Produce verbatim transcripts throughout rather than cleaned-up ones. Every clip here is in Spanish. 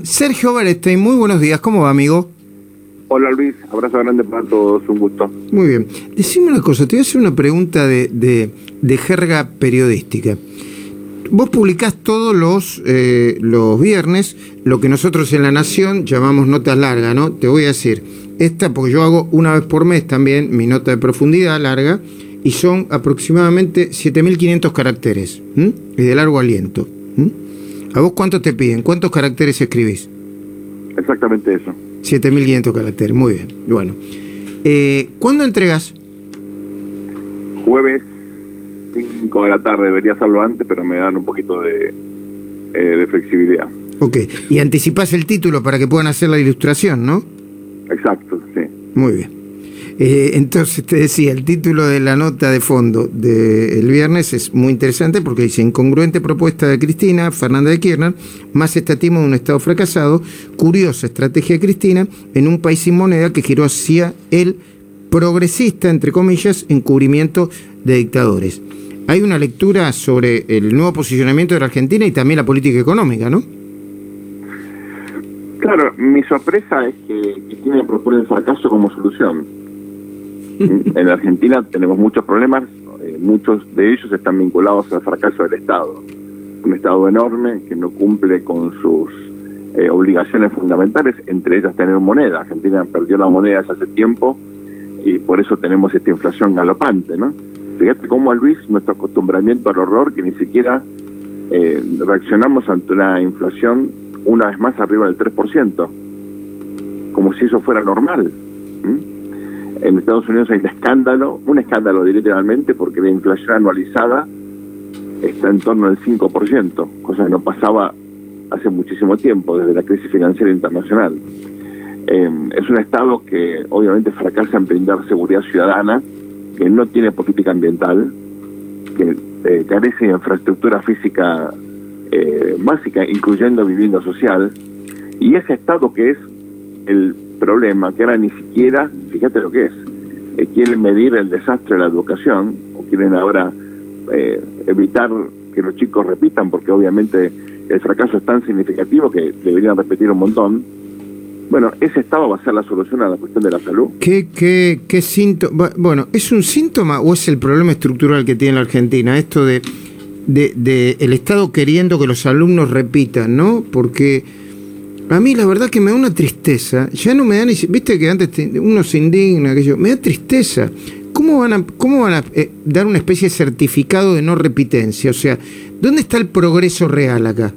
Sergio Berestein, muy buenos días, ¿cómo va, amigo? Hola Luis, abrazo grande para todos, un gusto. Muy bien, decime una cosa, te voy a hacer una pregunta de, de, de jerga periodística. Vos publicás todos los, eh, los viernes lo que nosotros en La Nación llamamos notas largas, ¿no? Te voy a decir, esta, porque yo hago una vez por mes también mi nota de profundidad larga, y son aproximadamente siete mil quinientos caracteres, ¿m? Y de largo aliento. ¿m? ¿A vos cuánto te piden? ¿Cuántos caracteres escribís? Exactamente eso. siete mil quinientos caracteres, muy bien. Bueno, eh, ¿cuándo entregas? Jueves, cinco de la tarde, debería hacerlo antes, pero me dan un poquito de, eh, de flexibilidad. Ok, y anticipás el título para que puedan hacer la ilustración, ¿no? Exacto, sí. Muy bien. Eh, entonces te decía, el título de la nota de fondo del viernes es muy interesante porque dice: incongruente propuesta de Cristina Fernández de Kirchner, más estatismo de un Estado fracasado, curiosa estrategia de Cristina en un país sin moneda que giró hacia el progresista, entre comillas, encubrimiento de dictadores. Hay una lectura sobre el nuevo posicionamiento de la Argentina y también la política económica, ¿no? Claro, mi sorpresa es que Cristina propone el fracaso como solución. En la Argentina tenemos muchos problemas, eh, muchos de ellos están vinculados al fracaso del Estado. Un Estado enorme que no cumple con sus eh, obligaciones fundamentales, entre ellas tener moneda. Argentina perdió la moneda hace tiempo y por eso tenemos esta inflación galopante, ¿no? Fíjate cómo, Luis, nuestro acostumbramiento al horror, que ni siquiera eh, reaccionamos ante una inflación una vez más arriba del tres por ciento, como si eso fuera normal. ¿Mm? En Estados Unidos hay un escándalo, un escándalo literalmente, porque la inflación anualizada está en torno al cinco por ciento, cosa que no pasaba hace muchísimo tiempo, desde la crisis financiera internacional. Eh, es un Estado que obviamente fracasa en brindar seguridad ciudadana, que no tiene política ambiental, que eh, carece de infraestructura física eh, básica, incluyendo vivienda social, y ese Estado que es el problema, que ahora ni siquiera, fíjate lo que es, eh, quieren medir el desastre de la educación, o quieren ahora eh, evitar que los chicos repitan, porque obviamente el fracaso es tan significativo que deberían repetir un montón. Bueno, ese Estado va a ser la solución a la cuestión de la salud. ¿Qué, qué, qué síntoma? Bueno, ¿es un síntoma o es el problema estructural que tiene la Argentina? Esto de, de, de el Estado queriendo que los alumnos repitan, ¿no? Porque a mí la verdad que me da una tristeza. Ya no me da ni... Viste que antes te, uno se indigna, aquello. Me da tristeza. ¿Cómo van a, cómo van a eh, dar una especie de certificado de no repitencia? O sea, ¿dónde está el progreso real acá?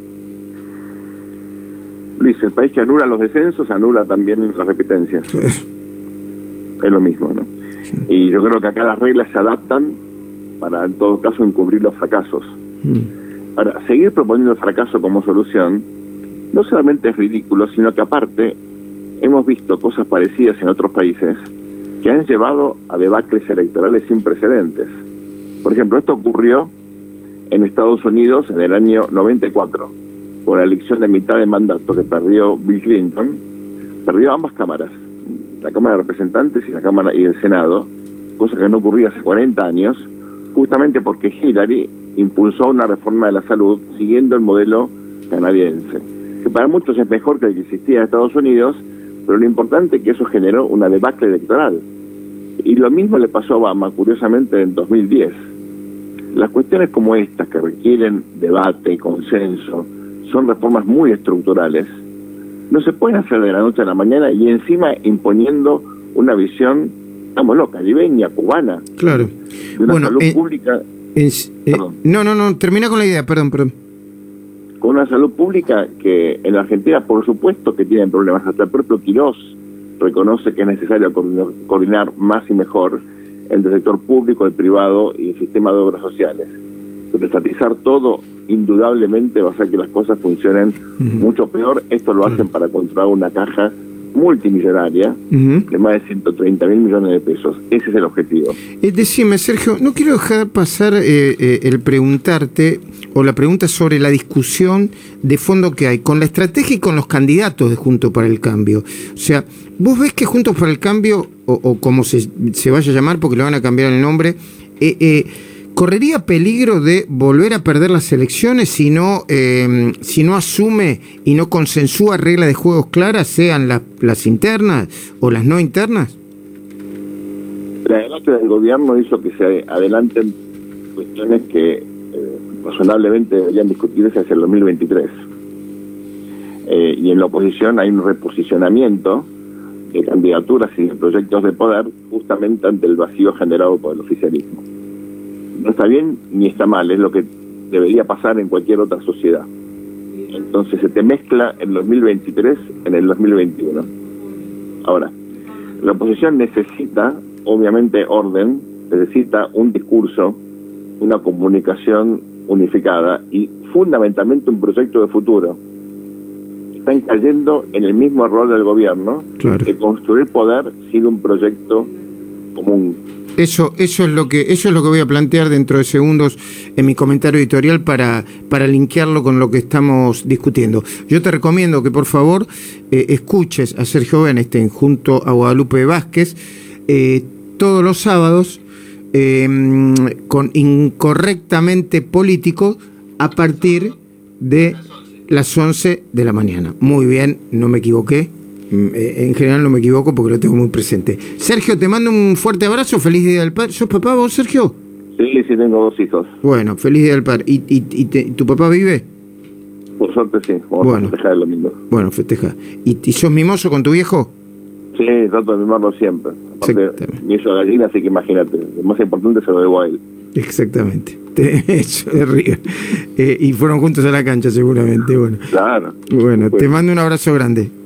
Luis, el país que anula los descensos anula también las repitencias. Sí. Es lo mismo, ¿no? Sí. Y yo creo que acá las reglas se adaptan para, en todo caso, encubrir los fracasos. Mm. Ahora, seguir proponiendo el fracaso como solución no solamente es ridículo, sino que aparte hemos visto cosas parecidas en otros países que han llevado a debacles electorales sin precedentes. Por ejemplo, esto ocurrió en Estados Unidos en el año noventa y cuatro, por la elección de mitad de mandato que perdió Bill Clinton. Perdió ambas cámaras, la Cámara de Representantes y la Cámara y el Senado, cosa que no ocurría hace cuarenta años, justamente porque Hillary impulsó una reforma de la salud siguiendo el modelo canadiense, que para muchos es mejor que el que existía en Estados Unidos, pero lo importante es que eso generó una debacle electoral. Y lo mismo le pasó a Obama, curiosamente, en dos mil diez. Las cuestiones como estas, que requieren debate y consenso, son reformas muy estructurales, no se pueden hacer de la noche a la mañana y encima imponiendo una visión, digámoslo, caribeña, cubana. Claro. De una bueno, salud eh, pública... Eh, eh, no, no, no, termina con la idea, perdón, perdón. Con una salud pública que en la Argentina, por supuesto, que tienen problemas. Hasta el propio Quirós reconoce que es necesario coordinar, coordinar más y mejor entre el sector público, el privado y el sistema de obras sociales. Pero estatizar todo, indudablemente, va a hacer que las cosas funcionen uh-huh. mucho peor. Esto lo hacen uh-huh. para controlar una caja multimillonaria uh-huh. de más de ciento treinta mil millones de pesos. Ese es el objetivo. Eh, decime, Sergio, no quiero dejar pasar eh, eh, el preguntarte, o la pregunta sobre la discusión de fondo que hay con la estrategia y con los candidatos de Juntos para el Cambio. O sea, vos ves que Juntos para el Cambio, o, o como se, se vaya a llamar, porque le van a cambiar el nombre, eh, eh, ¿correría peligro de volver a perder las elecciones si no, eh, si no asume y no consensúa reglas de juegos claras, sean las, las internas o las no internas? La derrota del gobierno hizo que se adelanten cuestiones que eh, razonablemente deberían discutirse hacia el dos mil veintitrés. Eh, y en la oposición hay un reposicionamiento de candidaturas y de proyectos de poder justamente ante el vacío generado por el oficialismo. No está bien ni está mal, es lo que debería pasar en cualquier otra sociedad. Entonces se te mezcla el dos mil veintitrés en el dos mil veintiuno. Ahora, la oposición necesita, obviamente, orden, necesita un discurso, una comunicación unificada y fundamentalmente un proyecto de futuro. Están cayendo en el mismo error del gobierno, claro, de construir poder sin un proyecto común. Eso, eso es lo que, eso es lo que voy a plantear dentro de segundos en mi comentario editorial para, para linkearlo con lo que estamos discutiendo. Yo te recomiendo que por favor eh, escuches a Sergio Bernstein junto a Guadalupe Vázquez eh, todos los sábados eh, con Incorrectamente Político a partir de las once de la mañana. Muy bien, no me equivoqué. En general no me equivoco porque lo tengo muy presente. Sergio, te mando un fuerte abrazo, feliz Día del Padre. ¿Sos papá vos, Sergio? Sí, sí, tengo dos hijos. Bueno, feliz Día del Padre. ¿Y, y, y te, tu papá vive? Por suerte sí, vamos bueno, a festejar el domingo. Bueno, festeja. ¿Y, ¿Y sos mimoso con tu viejo? Sí, trato de mimarlo siempre. Aparte, me hizo gallina, así que imagínate, lo más importante se lo debo a él. Exactamente. Eso de River. Eh, y fueron juntos a la cancha seguramente. Bueno, claro. Bueno, pues. Te mando un abrazo grande.